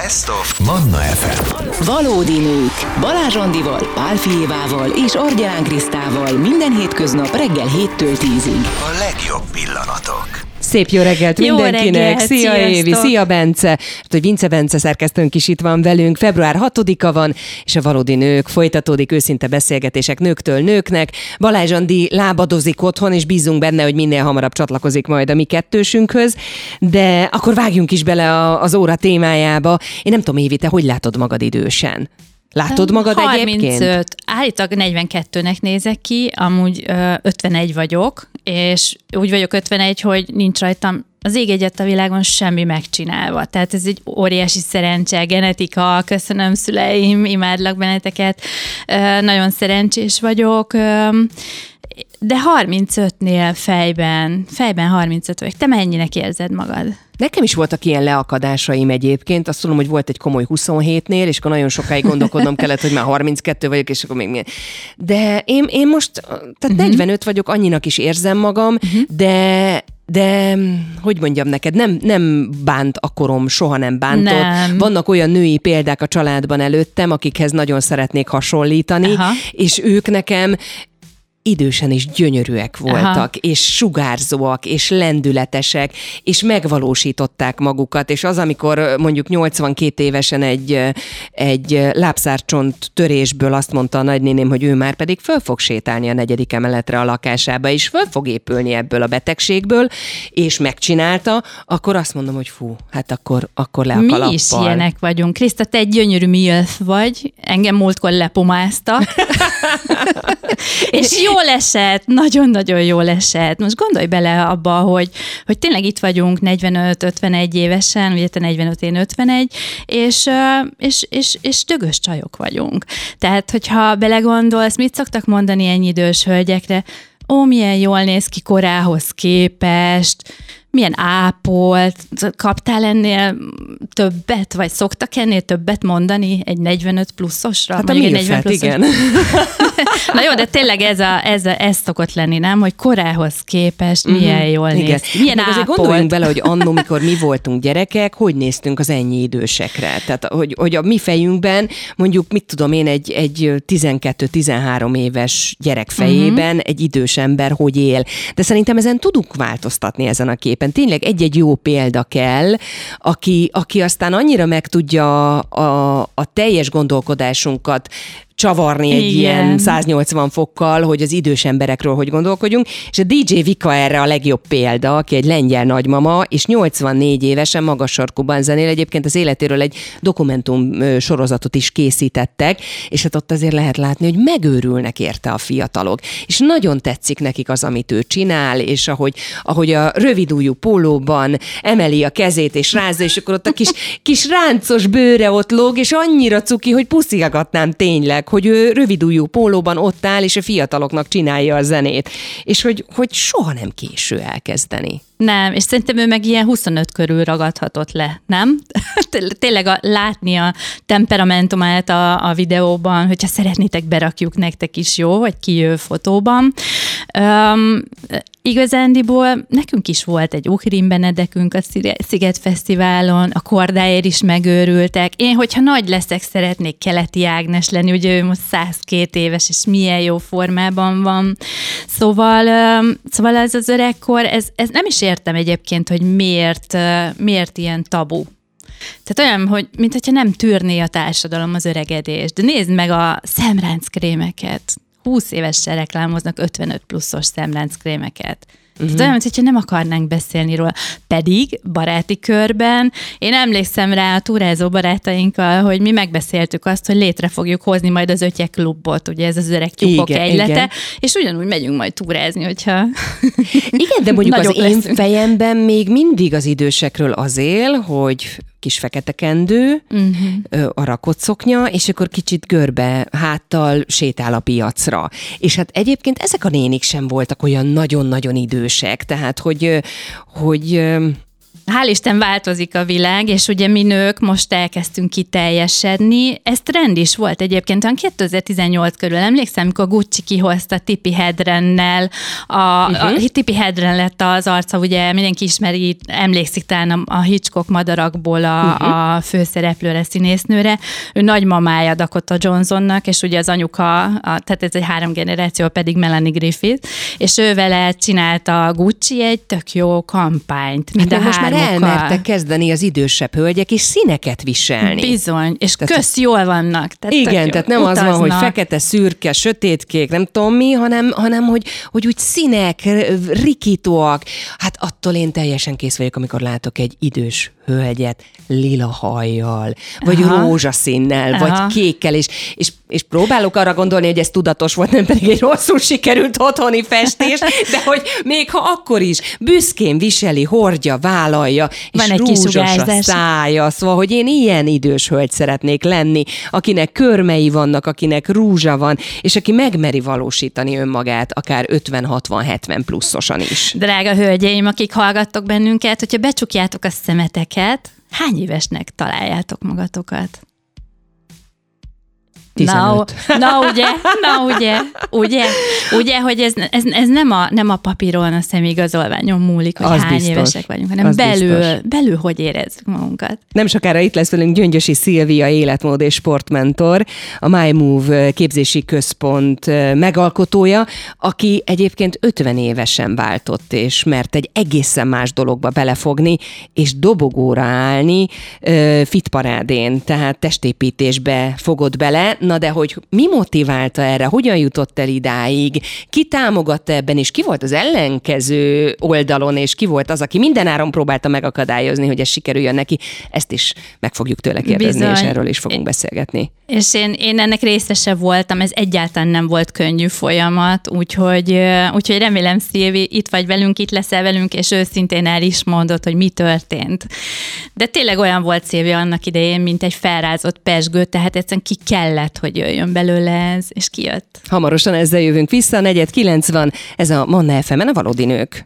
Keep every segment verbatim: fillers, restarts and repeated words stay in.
Best of Manna ef em. Valódi nők. Balázs Andival, Pál Fijévával és Argyán Krisztával minden hétköznap reggel héttől tízig. A legjobb pillanatok. Szép jó reggelt jó mindenkinek! Reggelt, Szia sziasztok. Évi, szia Bence! Hát, hogy Vince Bence szerkesztőnk is itt van velünk. február hatodika van, és a Valódi nők folytatódik, őszinte beszélgetések nőktől nőknek. Balázs Andi lábadozik otthon, és bízunk benne, hogy minél hamarabb csatlakozik majd a mi kettősünkhöz. De akkor vágjunk is bele a, az óra témájába. Én nem tudom, Évi, te hogy látod magad idősen? Látod magad harmincöt, egyébként? Állítólag negyvenkettőnek nézek ki, amúgy ö, ötvenegy vagyok, és úgy vagyok ötvenegy, hogy nincs rajtam az ég egyet a világon semmi megcsinálva. Tehát ez egy óriási szerencse, genetika, köszönöm szüleim, imádlak benneteket, ö, nagyon szerencsés vagyok, ö, de harmincötnél fejben, fejben harmincöt vagyok. Te mennyinek érzed magad? Nekem is voltak ilyen leakadásaim egyébként. Azt tudom, hogy volt egy komoly huszonhétnél, és akkor nagyon sokáig gondolkodnom kellett, hogy már harminckettő vagyok, és akkor még milyen. De én, én most, tehát uh-huh. negyvenöt vagyok, annyinak is érzem magam, uh-huh. de... De, hogy mondjam neked, nem, nem bánt a korom, soha nem bántott. Nem. Vannak olyan női példák a családban előttem, akikhez nagyon szeretnék hasonlítani, Aha. és ők nekem idősen is gyönyörűek voltak, Aha. és sugárzóak, és lendületesek, és megvalósították magukat, és az, amikor mondjuk nyolcvankét évesen egy, egy lábszárcsont törésből azt mondta a nagynéném, hogy ő már pedig föl fog sétálni a negyedik emeletre a lakásába, és föl fog épülni ebből a betegségből, és megcsinálta, akkor azt mondom, hogy fú, hát akkor, akkor le a Mi kalappal. is ilyenek vagyunk. Kriszta, te egy gyönyörű milf vagy, engem múltkor lepomáztak, és jól esett, nagyon-nagyon jól esett. Most gondolj bele abba, hogy, hogy tényleg itt vagyunk negyvenöt ötvenegy évesen, ugye te negyvenöt, én ötvenegy, és, és, és, és dögös csajok vagyunk. Tehát, hogyha belegondolsz, mit szoktak mondani ennyi idős hölgyekre? Ó, milyen jól néz ki korához képest, milyen ápolt, kaptál ennél többet, vagy szoktak ennél többet mondani egy negyvenöt pluszosra? Hát a milfet, igen. Na jó, de tényleg ez, a, ez, a, ez szokott lenni, nem? Hogy korához képest milyen mm-hmm. jól igen. néz ki. Milyen hát azért ápolt. gondoljunk bele, hogy annó, mikor mi voltunk gyerekek, hogy néztünk az ennyi idősekre. Tehát, hogy, hogy a mi fejünkben, mondjuk, mit tudom én, egy, egy tizenkettő-tizenhárom éves gyerek fejében mm-hmm. egy idős ember hogy él. De szerintem ezen tudunk változtatni ezen a képen. Tényleg egy-egy jó példa kell, aki, aki aztán annyira meg tudja a, a teljes gondolkodásunkat csavarni egy igen. ilyen száznyolcvan fokkal, hogy az idős emberekről hogy gondolkodjunk, és a dé dzsé Vika erre a legjobb példa, aki egy lengyel nagymama, és nyolcvannégy évesen magas sarkúban zenél, egyébként az életéről egy dokumentum sorozatot is készítettek, és hát ott azért lehet látni, hogy megőrülnek érte a fiatalok, és nagyon tetszik nekik az, amit ő csinál, és ahogy, ahogy a rövidújú pólóban emeli a kezét, és rázza, és akkor ott a kis, kis ráncos bőre ott lóg, és annyira cuki, hogy puszilgatnám tényleg, hogy ő rövidújú pólóban ott áll, és a fiataloknak csinálja a zenét. És hogy, hogy soha nem késő elkezdeni. Nem, és szerintem ő meg ilyen huszonöt körül ragadhatott le, nem? Tényleg a, látni a temperamentumát a, a videóban, hogyha szeretnétek, berakjuk nektek is, jó, vagy kijő fotóban. Um, igazándiból nekünk is volt egy Uhrin Benedekünk a Sziget Fesztiválon, a Kordáért is megőrültek. Én, hogyha nagy leszek, szeretnék Keleti Ágnes lenni, ugye ő most százkét éves, és milyen jó formában van. Szóval, um, szóval ez az öregkor, ez, ez nem is értem egyébként, hogy miért, miért ilyen tabu. Tehát olyan, hogy mintha nem tűrné a társadalom az öregedést. De nézd meg a szemránckrémeket. húsz évesen reklámoznak ötvenöt pluszos szemránckrémeket. Uh-huh. Tehát olyan, mintha nem akarnánk beszélni róla. Pedig baráti körben, én emlékszem rá a túrázó barátainkkal, hogy mi megbeszéltük azt, hogy létre fogjuk hozni majd az Ötyek klubot, ugye ez az öreg tyúkok igen, egylete, igen. És ugyanúgy megyünk majd túrázni, hogyha igen, de mondjuk az én leszünk. fejemben még mindig az idősekről az él, hogy kis fekete kendő, uh-huh. a rakott szoknya, és akkor kicsit görbe háttal sétál a piacra. És hát egyébként ezek a nénik sem voltak olyan nagyon-nagyon idősek, tehát hogy, hogy Hál' Isten változik a világ, és ugye mi nők most elkezdtünk kiteljesedni. Ez trend is volt egyébként, olyan kétezer-tizennyolc körül, emlékszem, amikor Gucci kihozta Tippi Hedrennel, a, uh-huh. a Tippi Hedren lett az arca, ugye mindenki ismeri, emlékszik talán a, a Hitchcock madarakból a, uh-huh. a főszereplőre, színésznőre. Ő nagymamája Dakota Johnsonnak, és ugye az anyuka, a, tehát ez egy három generáció, pedig Melanie Griffith, és ő vele csinálta a Gucci egy tök jó kampányt. Mind hát a most már hármukkal. elmertek kezdeni az idősebb hölgyek és színeket viselni. Bizony, és tehát, kösz jól vannak. Tehát igen, tehát nem utaznak. Az van, hogy fekete, szürke, sötétkék, nem tudom mi, hanem, hanem hogy, hogy úgy színek, rikítóak. Hát attól én teljesen kész vagyok, amikor látok egy idős hölgyet lila hajjal, vagy aha. rózsaszínnel, aha. vagy kékkel, és, és, és próbálok arra gondolni, hogy ez tudatos volt, nem pedig egy rosszul sikerült otthoni festés, de hogy még ha akkor is büszkén viseli, hordja, vállalja, és van egy rózsas a szája, szóval, hogy én ilyen idős hölgy szeretnék lenni, akinek körmei vannak, akinek rúzsa van, és aki megmeri valósítani önmagát, akár ötven, hatvan, hetven pluszosan is. Drága hölgyeim, akik hallgattok bennünket, hogyha becsukjátok a szemeteket, hány évesnek találjátok magatokat? tizenöt. Na, na ugye, na ugye, ugye, ugye, hogy ez, ez, ez nem, a, nem a papíron, a személyigazolványon múlik, hogy az hány biztos. Évesek vagyunk, hanem belül, belül hogy érezzük magunkat. Nem sokára itt lesz velünk Gyöngyösi Szilvia, életmód és sportmentor, a MyMove képzési központ megalkotója, aki egyébként ötven évesen váltott, és mert egy egészen más dologba belefogni, és dobogóra állni fitparádén, tehát testépítésbe fogott bele. Na de hogy mi motiválta erre, hogyan jutott el idáig, ki támogatta ebben, és ki volt az ellenkező oldalon, és ki volt az, aki mindenáron próbálta megakadályozni, hogy ez sikerüljön neki, ezt is meg fogjuk tőle kérdezni, bizony. És erről is fogunk beszélgetni. És én, én ennek részese voltam, ez egyáltalán nem volt könnyű folyamat, úgyhogy, úgyhogy remélem, Szilvi, itt vagy velünk, itt leszel velünk, és őszintén el is mondod, hogy mi történt. De tényleg olyan volt, Szilvi, annak idején, mint egy felrázott pezsgő, tehát egyszerűen ki kellett, hogy jöjjön belőle ez, és kijött. Hamarosan ezzel jövünk vissza, negyed kilenc van, ez a Manna ef emen a Valódi Nők.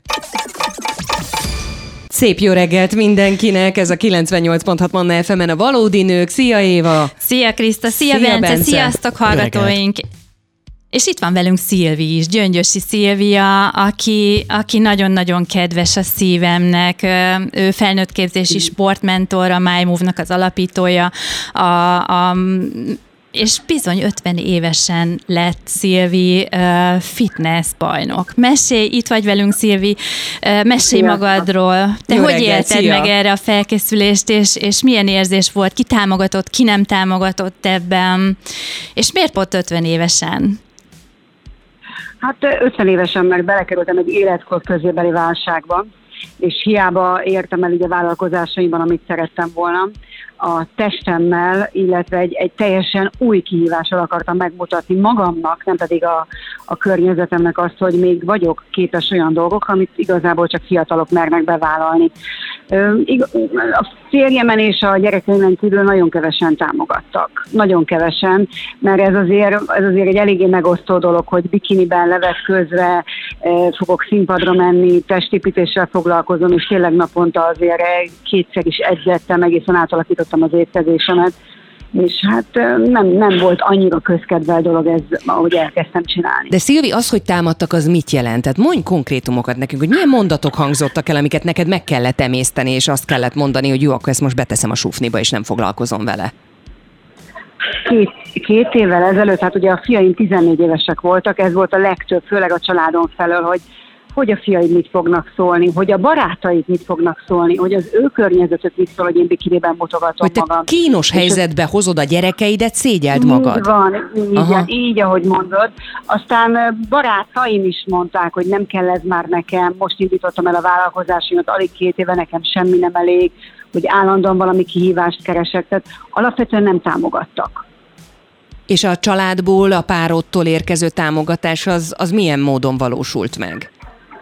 Szép jó reggelt mindenkinek, ez a kilencvennyolc pont hat Manna ef emen a Valódi Nők. Szia Éva! Szia Kriszta, szia, szia Bence, Bence, sziasztok hallgatóink! És itt van velünk Szilvi is, Gyöngyösi Szilvia, aki, aki nagyon-nagyon kedves a szívemnek, ő felnőttképzési sportmentor, a MyMove-nak az alapítója, a, a és bizony ötven évesen lett Szilvi uh, fitness bajnok. Mesélj, itt vagy velünk, Szilvi, uh, mesélj szia. Magadról. Te jó hogy reggel, élted szia. Meg erre a felkészülést, és, és milyen érzés volt? Ki támogatott, ki nem támogatott ebben? És miért pont ötven évesen? Hát ötven évesen meg belekerültem egy életkor közébeli válságba, és hiába értem el így a vállalkozásaimban, amit szerettem volna. A testemmel, illetve egy, egy teljesen új kihívással akartam megmutatni magamnak, nem pedig a, a környezetemnek azt, hogy még vagyok képes olyan dolgok, amit igazából csak fiatalok mernek bevállalni. A férjemen és a gyerekeimen kívül nagyon kevesen támogattak. Nagyon kevesen, mert ez azért, ez azért egy eléggé megosztó dolog, hogy bikiniben levetközve fogok színpadra menni, testépítéssel foglalkozom, és tényleg naponta azért kétszer is edzettem, egészen átalakítottam az étkezésemet, és hát nem, nem volt annyira közkedvel dolog ez, ahogy elkezdtem csinálni. De Szilvi, az, hogy támadtak, az mit jelent? Tehát mondj konkrétumokat nekünk, hogy milyen mondatok hangzottak el, amiket neked meg kellett emészteni, és azt kellett mondani, hogy jó, akkor ezt most beteszem a sufniba, és nem foglalkozom vele. Két, két évvel ezelőtt, hát ugye a fiaim tizennégy évesek voltak, ez volt a legtöbb, főleg a családon felől, hogy hogy a fiaid mit fognak szólni, hogy a barátaid mit fognak szólni, hogy az ő környezetük mit szól, hogy én bikiniben mutogatom hogy te magam. kínos és helyzetbe hozod a gyerekeidet, szégyeld magad. Így van, így, így, ahogy mondod. Aztán barátaim is mondták, hogy nem kell ez már nekem, most indítottam el a vállalkozásomat, alig két éve, nekem semmi nem elég, hogy állandóan valami kihívást keresek, tehát alapvetően nem támogattak. És a családból, a párodtól érkező támogatás az, az milyen módon valósult meg?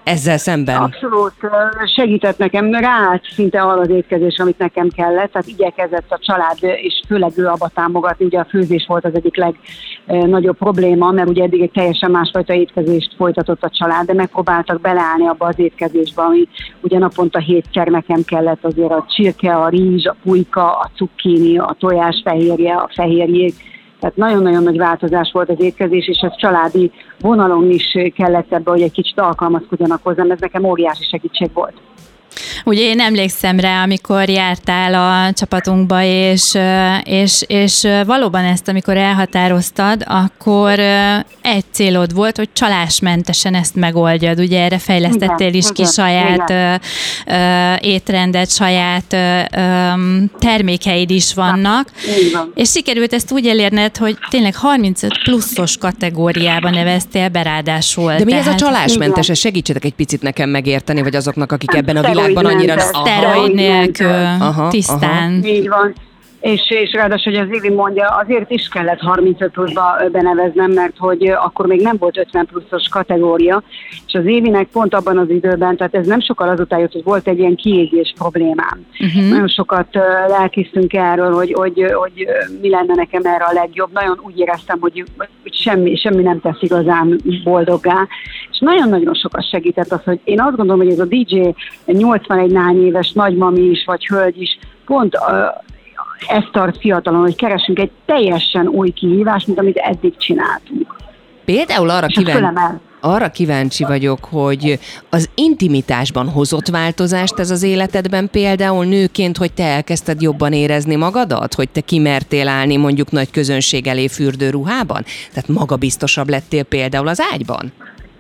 ezzel szemben? Abszolút segített nekem, ráállt szinte arra az étkezés, amit nekem kellett, tehát igyekezett a család, és főleg ő abba támogatni, ugye a főzés volt az egyik legnagyobb probléma, mert ugye eddig egy teljesen másfajta étkezést folytatott a család, de megpróbáltak beleállni abba az étkezésbe, ami ugye naponta hétszer nekem kellett, azért a csirke, a rizs, a pulyka, a cukkini, a tojás fehérje, a fehérjék. Tehát nagyon-nagyon nagy változás volt az étkezés, és ez családi vonalon is kellett ebbe, hogy egy kicsit alkalmazkodjanak hozzám, ez nekem óriási segítség volt. Ugye én emlékszem rá, amikor jártál a csapatunkba, és, és, és valóban ezt, amikor elhatároztad, akkor egy célod volt, hogy csalásmentesen ezt megoldjad. Ugye erre fejlesztettél igen, is igen, ki saját igen. étrendet, saját termékeid is vannak. Na, és sikerült ezt úgy elérned, hogy tényleg harmincöt pluszos kategóriában neveztél be ráadásul. De mi tehát... ez a csalásmentes? Igen. Segítsetek egy picit nekem megérteni, vagy azoknak, akik ebben a világban annyira... Szteroid nélkül, aha, tisztán. Aha. Így van. És, és ráadásul, hogy az Évi mondja, azért is kellett harmincöt pluszba beneveznem, mert hogy akkor még nem volt ötven pluszos kategória, és az Évinek pont abban az időben, tehát ez nem sokkal azután jött, hogy volt egy ilyen kiégés problémám. Uh-huh. Nagyon sokat uh, lelkiztünk erről, hogy, hogy, hogy mi lenne nekem erre a legjobb. Nagyon úgy éreztem, hogy, hogy semmi, semmi nem tesz igazán boldoggá. És nagyon-nagyon sokat segített az, hogy én azt gondolom, hogy ez a dé dzsé nyolcvanegy nány éves nagymami is, vagy hölgy is, pont uh, ezt tart fiatalon, hogy keresünk egy teljesen új kihívást, mint amit eddig csináltunk. Például arra, kíván, arra kíváncsi vagyok, hogy az intimitásban hozott változást ez az életedben például nőként, hogy te elkezdted jobban érezni magadat? Hogy te kimertél állni mondjuk nagy közönség elé fürdőruhában? Tehát magabiztosabb lettél például az ágyban?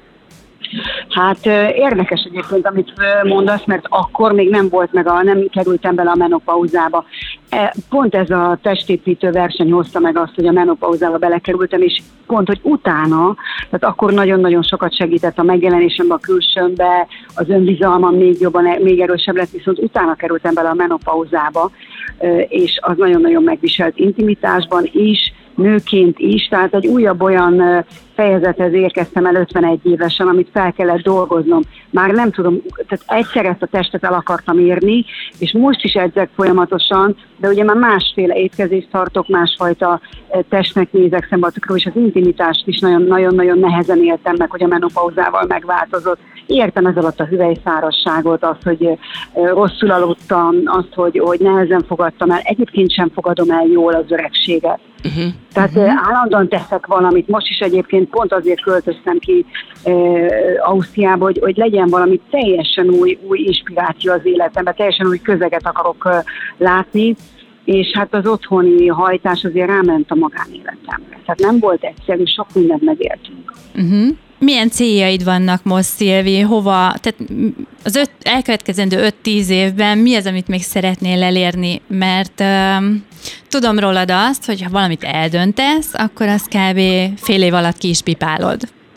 Hát érdekes egyébként, amit mondasz, mert akkor még nem volt meg, a, nem kerültem bele a menopauzába. Pont ez a testépítő verseny hozta meg azt, hogy a menopauzába belekerültem, és pont, hogy utána, tehát akkor nagyon-nagyon sokat segített a megjelenésembe, a külsőmbe, az önbizalmam még jobban, még erősebb lett, viszont utána kerültem bele a menopauzába, és az nagyon-nagyon megviselt intimitásban is, nőként is, tehát egy újabb olyan fejezethez érkeztem el ötvenegy évesen, amit fel kellett dolgoznom. Már nem tudom, tehát egyszer ezt a testet el akartam érni, és most is edzek folyamatosan, de ugye már másféle étkezést tartok, másfajta testnek nézek szembe a tükörbe, és az intimitást is nagyon-nagyon nehezen éltem meg, hogy a menopauzával megváltozott. Értem ez alatt a hüvelyszárasságot, azt, hogy rosszul aludtam, azt, hogy, hogy nehezen fogadtam el. Egyébként sem fogadom el jól az öregséget. Uh-huh. Tehát uh-huh. állandóan teszek valamit. Most is egyébként pont azért költöztem ki e, Ausztriába, hogy, hogy legyen valami teljesen új, új inspiráció az életemben, teljesen új közeget akarok uh, látni, és hát az otthoni hajtás azért ráment a magánéletemre. Tehát nem volt egyszerű, sok mindent megéltünk. Uh-huh. Milyen céljaid vannak most, Szilvi? Hova, tehát az öt, elkövetkezendő öt-tíz évben mi az, amit még szeretnél elérni? Mert um, tudom rólad azt, hogy ha valamit eldöntesz, akkor azt kb. Fél év alatt ki is pipálod.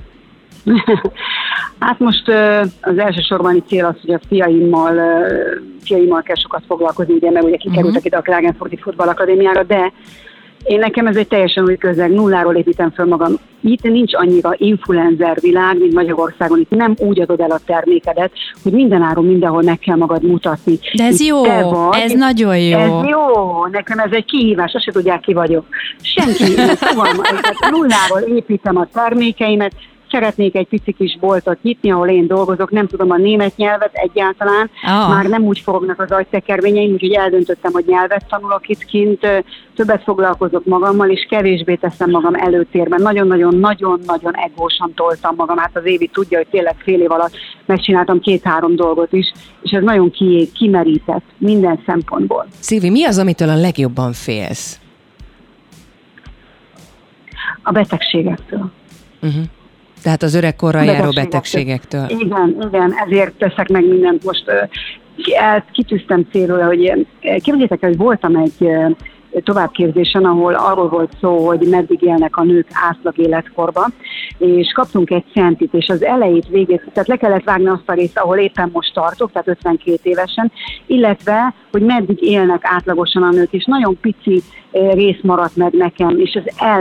Hát most uh, az elsősorban cél az, hogy a fiaimmal, uh, fiaimmal kell sokat foglalkozni, ugye, mert ugye kikerültek uh-huh. ide a Klagenfurti Futballakadémiára, de én nekem ez egy teljesen új közeg, nulláról építem föl magam. Itt nincs annyira influencer világ, mint Magyarországon. Itt nem úgy adod el a termékedet, hogy mindenáron mindenhol meg kell magad mutatni. De ez itt jó, vagy, ez nagyon jó. Ez jó, nekem ez egy kihívás, azt se tudják, ki vagyok. Senki, nulláról építem a termékeimet, szeretnék egy pici kis boltot nyitni, ahol én dolgozok, nem tudom a német nyelvet egyáltalán, oh. már nem úgy forognak az agytekervényeim, úgyhogy eldöntöttem, hogy nyelvet tanulok itt kint, többet foglalkozok magammal, és kevésbé teszem magam előtérben. Nagyon-nagyon-nagyon-nagyon egósan toltam magam, hát az Évi tudja, hogy tényleg fél év alatt megcsináltam két-három dolgot is, és ez nagyon ki, kimerített minden szempontból. Szilvi, mi az, amitől a legjobban félsz? A betegségektől. Uh-huh. Tehát az öregkorra járó betegségektől. Igen, igen, ezért teszek meg mindent. Most uh, kitűztem célul, hogy képzeljétek el, hogy voltam egy uh, továbbképzésen, ahol arról volt szó, hogy meddig élnek a nők átlag életkorba, és kaptunk egy centit, és az elejét, végét, tehát le kellett vágni azt a részt, ahol éppen most tartok, tehát ötvenkét évesen, illetve, hogy meddig élnek átlagosan a nők, és nagyon pici rész maradt meg nekem, és ez el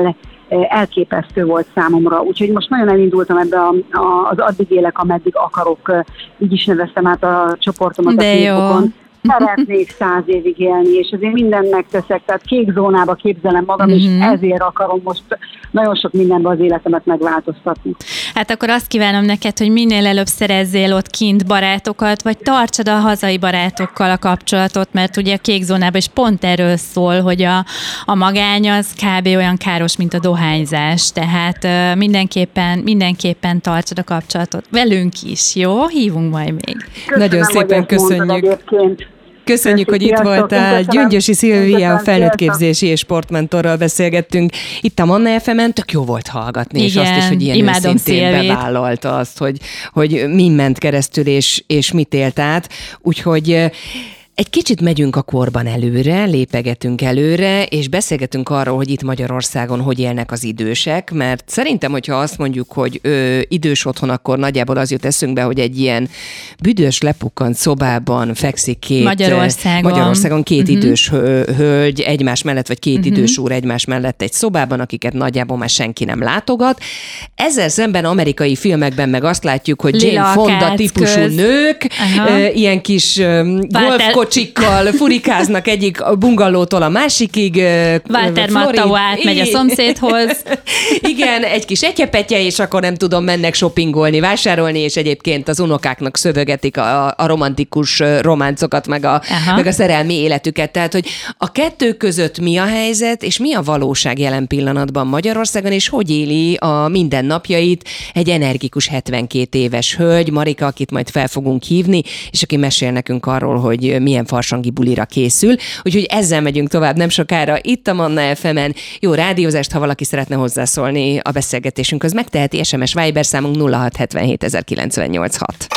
elképesztő volt számomra. Úgyhogy most nagyon elindultam ebbe a, a, az addig élek, ameddig akarok, így is neveztem át a csoportomat de a Facebookon. Szeretnék száz évig élni, és ezért mindent megteszek, tehát kék zónába képzelem magam, mm-hmm. és ezért akarom most nagyon sok mindenben az életemet megváltoztatni. Hát akkor azt kívánom neked, hogy minél előbb szerezzél ott kint barátokat, vagy tartsad a hazai barátokkal a kapcsolatot, mert ugye a kék zónában is pont erről szól, hogy a, a magány az kb. Olyan káros, mint a dohányzás, tehát uh, mindenképpen, mindenképpen tartsad a kapcsolatot. Velünk is, jó? Hívunk majd még. Köszönöm, nagyon szépen köszönjük. Köszönjük, hogy itt voltál. Gyöngyösi Szilvia, felnőttképzési és sportmentorral beszélgettünk. Itt a Manna ef emen, tök jó volt hallgatni, igen, és azt is, hogy ilyen imádom őszintén Szilvét. bevállalta azt, hogy, hogy mi ment keresztül, és, és mit élt át. Úgyhogy egy kicsit megyünk a korban előre, lépegetünk előre, és beszélgetünk arról, hogy itt Magyarországon hogy élnek az idősek, mert szerintem, hogyha azt mondjuk, hogy ö, idős otthon, akkor nagyjából az jut eszünkbe, hogy egy ilyen büdös, lepukkant szobában fekszik két Magyarországon, Magyarországon két uh-huh. idős hölgy egymás mellett, vagy két uh-huh. idős úr egymás mellett egy szobában, akiket nagyjából már senki nem látogat. Ezzel szemben amerikai filmekben meg azt látjuk, hogy Lila Jane Fonda típusú köz. nők, ö, ilyen kis golf kocsikkal furikáznak egyik bungalótól a másikig. Walter Matthau átmegy a szomszédhoz. Igen, egy kis etyepetje, és akkor nem tudom, mennek shoppingolni, vásárolni, és egyébként az unokáknak szövögetik a, a romantikus románcokat, meg a, meg a szerelmi életüket. Tehát, hogy a kettő között mi a helyzet, és mi a valóság jelen pillanatban Magyarországon, és hogy éli a mindennapjait egy energikus hetvenkét éves hölgy, Marika, akit majd fel fogunk hívni, és aki mesél nekünk arról, hogy milyen farsangi bulira készül. Úgyhogy ezzel megyünk tovább nem sokára itt a Manna ef emen. Jó rádiózást, ha valaki szeretne hozzászólni a beszélgetésünkhöz, megteheti. es em es Viber számunk nulla hat hetvenhét ezerkilencszáznyolcvanhat.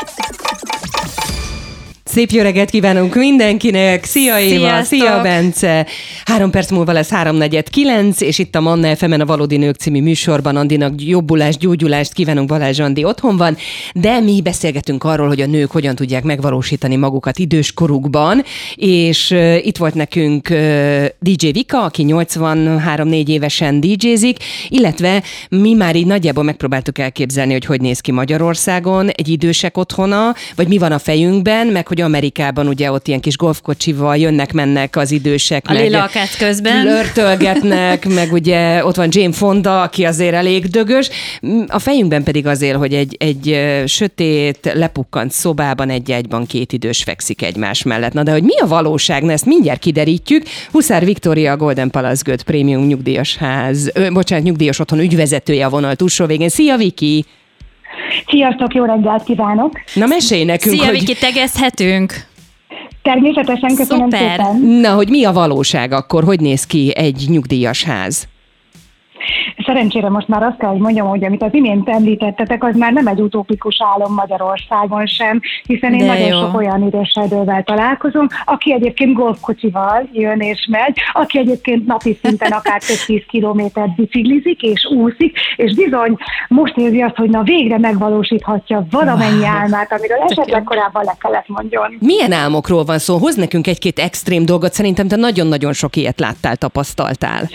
Szép jó reggelt kívánunk mindenkinek! Szia Éva! Sziasztok! Szia Bence! Három perc múlva lesz háromnegyed kilenc, és itt a Manna ef emen a Valódi Nők című műsorban Andinak jobbulást, gyógyulást kívánunk, Balázs Andi otthon van, de mi beszélgetünk arról, hogy a nők hogyan tudják megvalósítani magukat időskorukban, és uh, itt volt nekünk uh, dé dzsé Vika, aki nyolcvanhárom-négy évesen dé dzsézik, illetve mi már így nagyjából megpróbáltuk elképzelni, hogy hogy néz ki Magyarországon egy idősek otthona, vagy mi van a fejünkben, meg hogy Amerikában ugye ott ilyen kis golfkocsival jönnek-mennek az idősek. A lilakát közben. Lörtölgetnek, meg ugye ott van Jane Fonda, aki azért elég dögös. A fejünkben pedig azért, hogy egy, egy sötét, lepukkant szobában egy-egyban két idős fekszik egymás mellett. Na de hogy mi a valóság? Na, ezt mindjárt kiderítjük. Huszár Viktória, a Golden Palace Göt Prémium nyugdíjas ház, ö, bocsánat, nyugdíjas otthon ügyvezetője a vonal túlsó végén. Szia, Viki! Sziasztok, jó reggelt kívánok! Na mesélj nekünk, Szia, hogy... Viki, tegezhetünk? Természetesen, köszönöm Szuper. szépen! Na, hogy mi a valóság akkor? Hogy néz ki egy nyugdíjas ház? Szerencsére most már azt kell, hogy mondjam, hogy amit az imént említettetek, az már nem egy utópikus álom Magyarországon sem, hiszen én De nagyon jó. sok olyan idősedővel találkozom, aki egyébként golfkocsival jön és megy, aki egyébként napi szinten akár több tíz kilométert biciklizik és úszik, és bizony most érzi azt, hogy na végre megvalósíthatja valamennyi Wow. álmát, amiről esetleg korábban le kellett mondjon. Milyen álmokról van szó? Hoz nekünk egy-két extrém dolgot, szerintem te nagyon-nagyon sok ilyet láttál, tapasztaltál.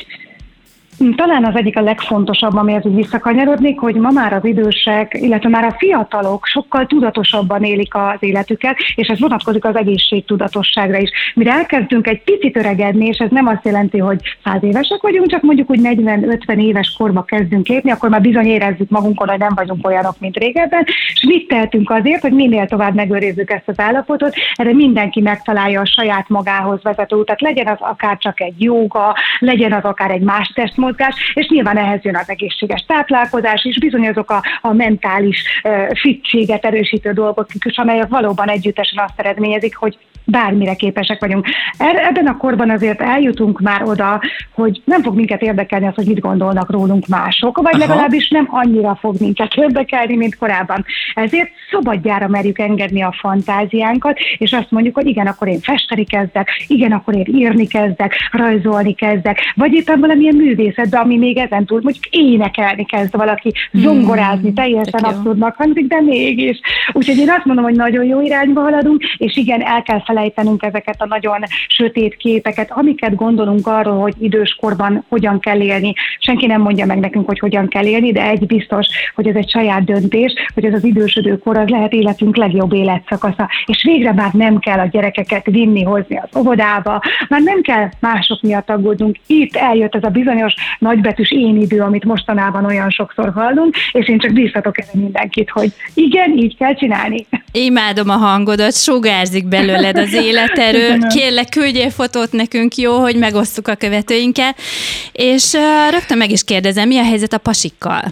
Talán az egyik a legfontosabb, amihez úgy visszakanyarodnék, hogy ma már az idősek, illetve már a fiatalok sokkal tudatosabban élik az életüket, és ez vonatkozik az egészségtudatosságra is. Mire elkezdünk egy picit öregedni, és ez nem azt jelenti, hogy száz évesek vagyunk, csak mondjuk úgy negyven-ötven éves korba kezdünk lépni, akkor már bizony érezzük magunkon, hogy nem vagyunk olyanok, mint régebben, és mit tehetünk azért, hogy minél tovább megőrizzük ezt az állapotot. Erre mindenki megtalálja a saját magához vezető utat, legyen az akár csak egy jóga, legyen az akár egy más testmozgás, és nyilván ehhez jön az egészséges táplálkozás, és bizony azok a, a mentális uh, fittséget erősítő dolgok, és amelyek valóban együttesen azt eredményezik, hogy bármire képesek vagyunk. Ebben a korban azért eljutunk már oda, hogy nem fog minket érdekelni az, hogy mit gondolnak rólunk mások, vagy Aha. legalábbis nem annyira fog minket érdekelni, mint korábban. Ezért szabadjára merjük engedni a fantáziánkat, és azt mondjuk, hogy igen, akkor én festeni kezdek, igen, akkor én írni kezdek, rajzolni kezdek, vagy éppen valamilyen művész művészetbe, ami még ezen túl, mondjuk énekelni kezd valaki, zongorázni, teljesen abszurdnak hangzik, de mégis. Úgyhogy én azt mondom, hogy nagyon jó irányba haladunk, és igen, el kell felejtenünk ezeket a nagyon sötét képeket, amiket gondolunk arról, hogy időskorban hogyan kell élni. Senki nem mondja meg nekünk, hogy hogyan kell élni, de egy biztos, hogy ez egy saját döntés, hogy ez az idősödőkor az lehet életünk legjobb életszakasza. És végre már nem kell a gyerekeket vinni, hozni az óvodába, már nem kell mások miatt aggódnunk. Itt eljött ez a bizonyos nagybetűs én idő, amit mostanában olyan sokszor hallunk, és én csak bíztatok erre mindenkit, hogy igen, így kell csinálni. Imádom a hangodat, sugárzik belőled az életerő. Kérlek, küldjél fotót nekünk, jó, hogy megosztuk a követőinkkel. És uh, rögtön meg is kérdezem, mi a helyzet a pasikkal?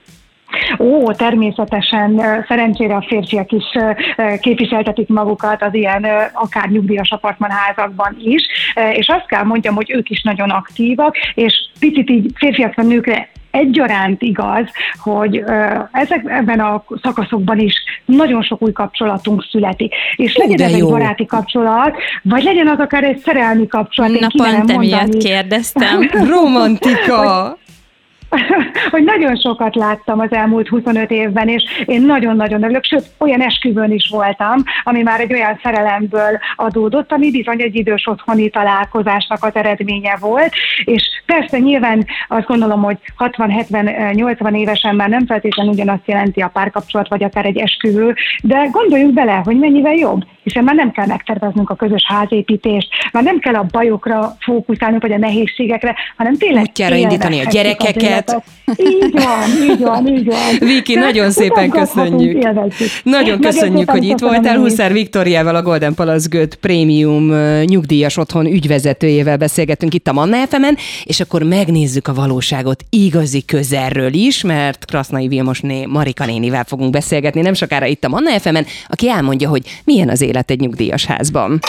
Ó, természetesen szerencsére a férfiak is képviseltetik magukat az ilyen akár nyugdíjas apartmanházakban is, és azt kell mondjam, hogy ők is nagyon aktívak, és picit így férfiakra, nőkre egyaránt igaz, hogy ezekben a szakaszokban is nagyon sok új kapcsolatunk születik. És Ó, legyen ez jó. egy baráti kapcsolat, vagy legyen az akár egy szerelmi kapcsolat. Na pont emiatt kérdeztem. Romantika! hogy nagyon sokat láttam az elmúlt huszonöt évben, és én nagyon-nagyon örülök, sőt, olyan esküvőn is voltam, ami már egy olyan szerelemből adódott, ami bizony egy idős otthoni találkozásnak az eredménye volt, és persze nyilván azt gondolom, hogy hatvan, hetven, nyolcvan évesen már nem feltétlenül ugyanazt jelenti a párkapcsolat, vagy akár egy esküvő, de gondoljuk bele, hogy mennyivel jobb, hiszen már nem kell megterveznünk a közös házépítést, már nem kell a bajokra fókuszálnunk, vagy a nehézségekre, hanem tényleg útjára indítani a gyerekeket. Így van, így van, így van. Viki, nagyon szépen köszönjük. Nagyon köszönjük, hogy itt voltál. Huszár Viktóriával, a Golden Palace Göt Prémium nyugdíjas otthon ügyvezetőjével beszélgettünk itt a Manna ef emen, és akkor megnézzük a valóságot igazi közelről is, mert Krasznai Vilmosné Marika nénivel fogunk beszélgetni nem sokára itt a Manna ef emen, aki elmondja, hogy milyen az élet egy nyugdíjas házban.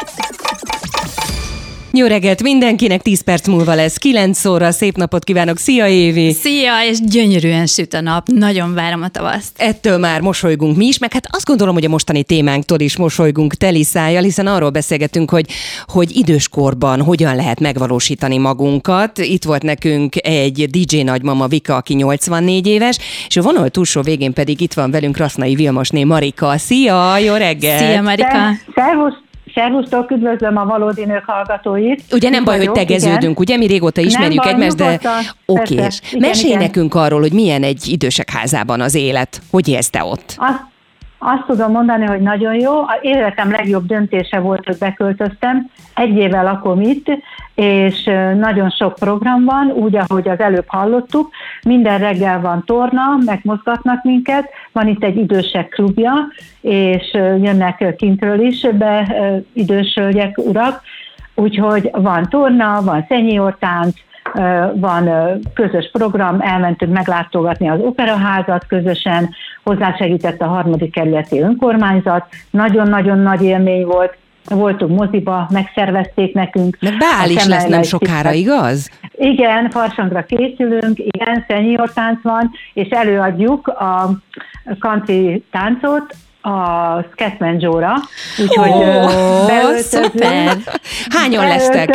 Jó reggelt mindenkinek, tíz perc múlva lesz kilenc óra, szép napot kívánok, szia Évi! Szia, és gyönyörűen süt a nap, nagyon várom a tavaszt. Ettől már mosolygunk mi is, meg hát azt gondolom, hogy a mostani témánktól is mosolygunk teli szájjal, hiszen arról beszélgetünk, hogy, hogy időskorban hogyan lehet megvalósítani magunkat. Itt volt nekünk egy dé dzsé nagymama Vika, aki nyolcvannégy éves, és a vonal túlsó végén pedig itt van velünk Krasznai Vilmosné Marika. Szia, jó reggelt! Szia Marika! Szervusz! Szervusztok, üdvözlöm a Valódi Nők hallgatóit. Ugye nem baj, vagyok, hogy tegeződünk, igen. Ugye mi régóta ismerjük baj, egymást, de okés. Mesélj igen. nekünk arról, hogy milyen egy idősek házában az élet. Hogy élsz te ott? Azt, azt tudom mondani, hogy nagyon jó. Az életem legjobb döntése volt, hogy beköltöztem. Egy éve lakom itt, és nagyon sok program van, úgy, ahogy az előbb hallottuk. Minden reggel van torna, megmozgatnak minket, van itt egy idősek klubja, és jönnek kintről is be idős hölgyek, urak, úgyhogy van torna, van seniortánc, van közös program, elmentünk meglátogatni az operaházat közösen, hozzásegített a harmadik kerületi önkormányzat, nagyon-nagyon nagy élmény volt, voltunk moziba, megszervezték nekünk. Meg beáll is lesz nem sokára, igaz? Igen, farsangra készülünk, igen, senior tánc van, és előadjuk a country táncot a Scatman Joe-ra. Úgyhogy oh, beöltözünk. Hányan lesztek?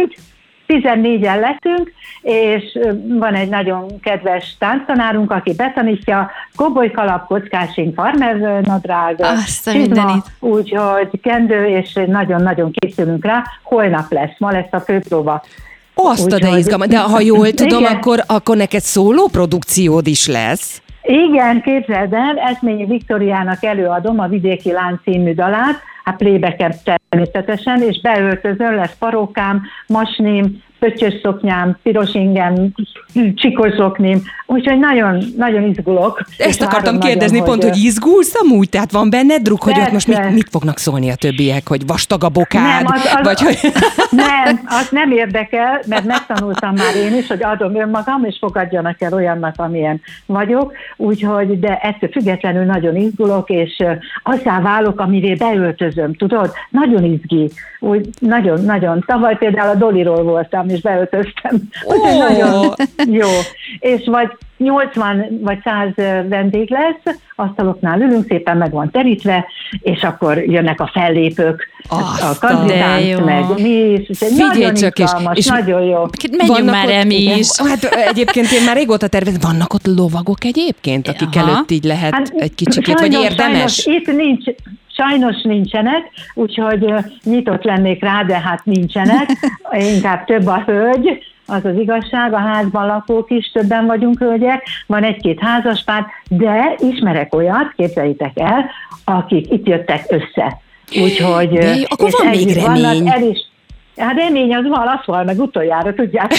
tizennégyen leszünk, és van egy nagyon kedves tánctanárunk, aki betanítja, kobolykalap, kockásink, farmer nadrág, csizma, úgyhogy kendő, és nagyon-nagyon készülünk rá. Holnap lesz, ma lesz a főpróba. Azt a de izgalmas, de ha jól tudom, akkor, akkor neked szóló produkciód is lesz. Igen, képzeld el, Eszményi Viktóriának előadom a Vidéki Láng című dalát, hát playback-en természetesen, és beöltözöm, lesz parókám, masnim, pöttyös szoknyám, piros ingem, csikos zoknim, úgyhogy nagyon, nagyon izgulok. Ezt akartam kérdezni nagyon, pont, hogy, hogy izgulsz amúgy? Tehát van benned druk, hogy ott most mit, mit fognak szólni a többiek, hogy vastag a bokád? Nem, az, az, vagy hogy... nem, az nem érdekel, mert megtanultam már én is, hogy adom önmagam, és fogadjanak el olyannak, amilyen vagyok, úgyhogy, de ettől függetlenül nagyon izgulok, és azzá válok, amivé beöltözöm, tudod? Nagyon izgi. Úgy, nagyon, nagyon. Tavaly például a Doliról voltam, és beöltöztem. Úgyhogy oh. nagyon jó. És vagy nyolcvan vagy száz vendég lesz, asztaloknál ülünk, szépen meg van terítve, és akkor jönnek a fellépők, Aztán, a kandidánc, meg mi is. Nagyon csak, és, izgalmas, és nagyon jó. Menjünk már el mi is. Hát egyébként én már régóta tervezem, vannak ott lovagok egyébként, akik Aha. előtt így lehet Hát, egy kicsikét, vagy sajnos, érdemes? Sajnos, itt nincs, sajnos nincsenek, úgyhogy ö, nyitott lennék rá, de hát nincsenek. Inkább több a hölgy, az az igazság, a házban lakók is, többen vagyunk hölgyek, van egy-két házaspár, de ismerek olyat, képzeljétek el, akik itt jöttek össze. Úgyhogy, de jó, akkor van még remény. El is, hát remény az van, az van, meg utoljára, tudjátok.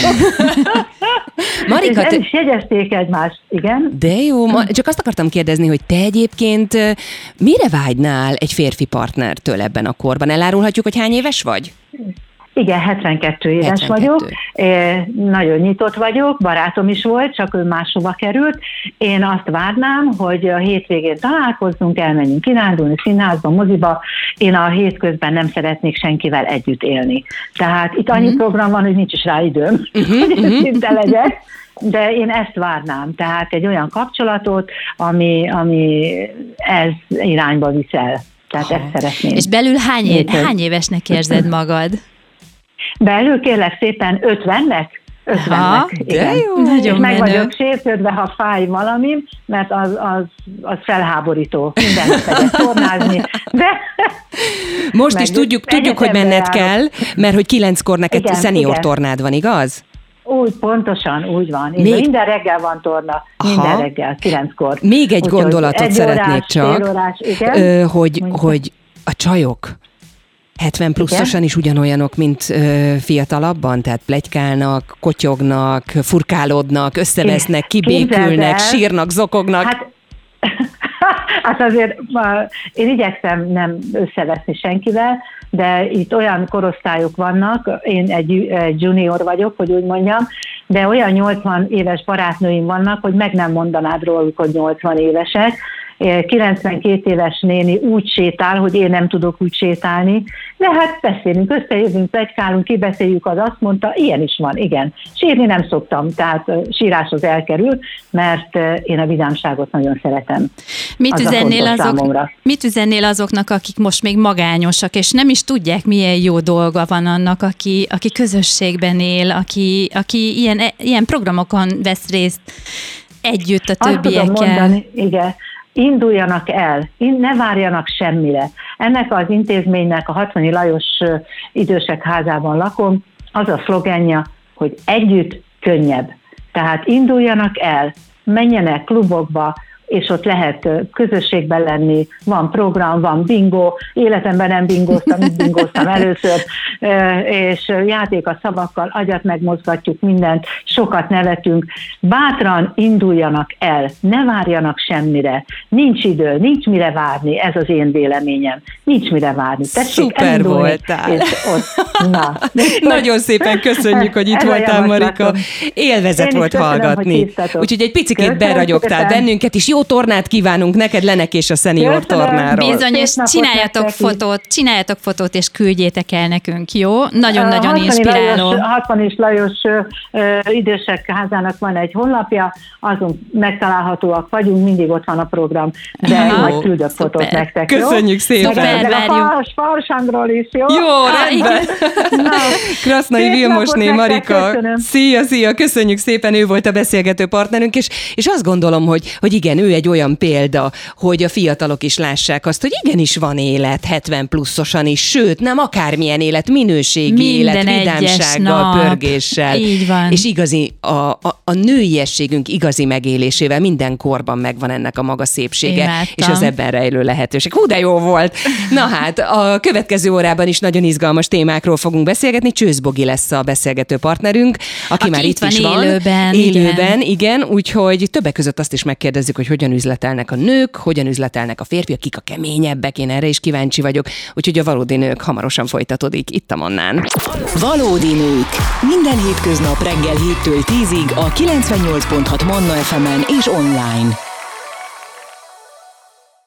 Marika, és el te... is jegyezték egymást, igen. De jó, ma, csak azt akartam kérdezni, hogy te egyébként ö, mire vágynál egy férfi partnertől ebben a korban? Elárulhatjuk, hogy hány éves vagy? Igen, hetvenkettő éves hetvenkettő. vagyok, é, nagyon nyitott vagyok, barátom is volt, csak ő máshova került. Én azt várnám, hogy a hétvégén találkozzunk, elmenjünk kirándulni, színházba, moziba. Én a hétközben nem szeretnék senkivel együtt élni. Tehát itt annyi uh-huh. program van, hogy nincs is rá időm, uh-huh. hogy őszinte legyek. De én ezt várnám, tehát egy olyan kapcsolatot, ami, ami ez irányba viszel. Tehát ezt szeretném. És belül hány, é- hány évesnek érzed magad? Belül kérlek szépen ötvennek? ötvennek, de jó, és nagyon meg menő. vagyok sértődve, ha fáj valamim, mert az, az, az felháborító. Mindent megyek tornázni, de... Most meg is tudjuk, tudjuk hogy egyetemre menned járok. kell, mert hogy kilenckor neked Igen, szenior igen. tornád van, igaz? Úgy, pontosan, úgy van. Még- Minden reggel van torna. Aha. Minden reggel, kilenckor. Még egy Úgyhogy gondolatot egy szeretnék órás, csak, fél órás, igen. ö, hogy, Mondjuk. hogy a csajok hetven pluszosan is ugyanolyanok, mint ö, fiatalabban, tehát pletykálnak, kotyognak, furkálódnak, összevesznek, Képzeld kibékülnek, el. sírnak, zokognak. Hát, hát azért ma, én igyekszem nem összeveszni senkivel, de itt olyan korosztályok vannak, én egy, egy junior vagyok, hogy úgy mondjam, de olyan nyolcvan éves barátnőim vannak, hogy meg nem mondanád róluk, hogy nyolcvan évesek. kilencvenkét éves néni úgy sétál, hogy én nem tudok úgy sétálni, de hát beszélünk, összejövünk, pletykálunk, kibeszéljük, az azt mondta, ilyen is van, igen. Sírni nem szoktam, tehát síráshoz elkerül, mert én a vidámságot nagyon szeretem. Mit Az a üzennél, fontos azok, számomra. mit üzennél azoknak, akik most még magányosak, és nem is tudják, milyen jó dolga van annak, aki, aki közösségben él, aki, aki ilyen, ilyen programokon vesz részt együtt a Azt tudom többiekkel? mondani, igen, induljanak el, ne várjanak semmire. Ennek az intézménynek, a Hatvani Lajos ö, idősek házában lakom, az a szlogenja, hogy együtt könnyebb. Tehát induljanak el, menjenek klubokba, és ott lehet közösségben lenni, van program, van bingo, életemben nem bingóztam, itt bingóztam először, és játék a szavakkal, agyat megmozgatjuk mindent, sokat nevetünk. Bátran induljanak el, ne várjanak semmire, nincs idő, nincs mire várni, ez az én véleményem, nincs mire várni. Tessék Szuper elindulni, voltál. és ott, na. Nagyon szépen köszönjük, hogy itt Ez a voltál, Marika. javaslatom. Élvezet Én is volt köszönöm, hogy hallgatni. hívtatok. Úgyhogy egy picikét Köszönöm beragyogtál szépen. bennünket, és jó tornát kívánunk neked, Lenek és a szenior Köszönöm. tornáról. Bizony, és Szép napot csináljatok nektek is. fotót, csináljatok fotót, és küldjétek el nekünk, jó? Nagyon-nagyon Hatvani inspiráló. Lajos, Hatvani Lajos ö, ö, idősek házának van egy honlapja, azon megtalálhatóak vagyunk, mindig ott van a program, de Aha. majd küldök Szuper. fotót nektek, jó? Köszönjük szépen. Szuper, Meg a várjuk. fals, farsangról is, jó? Jó, Ah, rendben. Na, Krasznai szép Vilmosné napot nektek, Marika. köszönöm. Szia, szia, köszönjük szépen, ő volt a beszélgető partnerünk, és, és azt gondolom, hogy, hogy igen, ő egy olyan példa, hogy a fiatalok is lássák azt, hogy igenis van élet hetven pluszosan is, sőt, nem akármilyen élet, minőségi Minden élet, egyes vidámsággal, nap. pörgéssel. Így van. És igazi, a, a, a nőiességünk igazi megélésével minden korban megvan ennek a maga szépsége, Imádtam. és az ebben rejlő lehetőség. Hú, de jó volt! Na hát, a következő órában is nagyon izgalmas témákról fogunk beszélgetni. Csősz Bogi lesz a beszélgető partnerünk, aki, Aki már itt itt van is van. élőben, Élőben, igen. igen. Úgyhogy többek között azt is megkérdezzük, hogy hogyan üzletelnek a nők, hogyan üzletelnek a férfiak, kik a keményebbek, én erre is kíváncsi vagyok. Úgyhogy a valódi nők hamarosan folytatódik itt a Mannán. Valódi nők. Minden hétköznap reggel héttől tízig a kilencvennyolc pont hat Manna ef emen és online.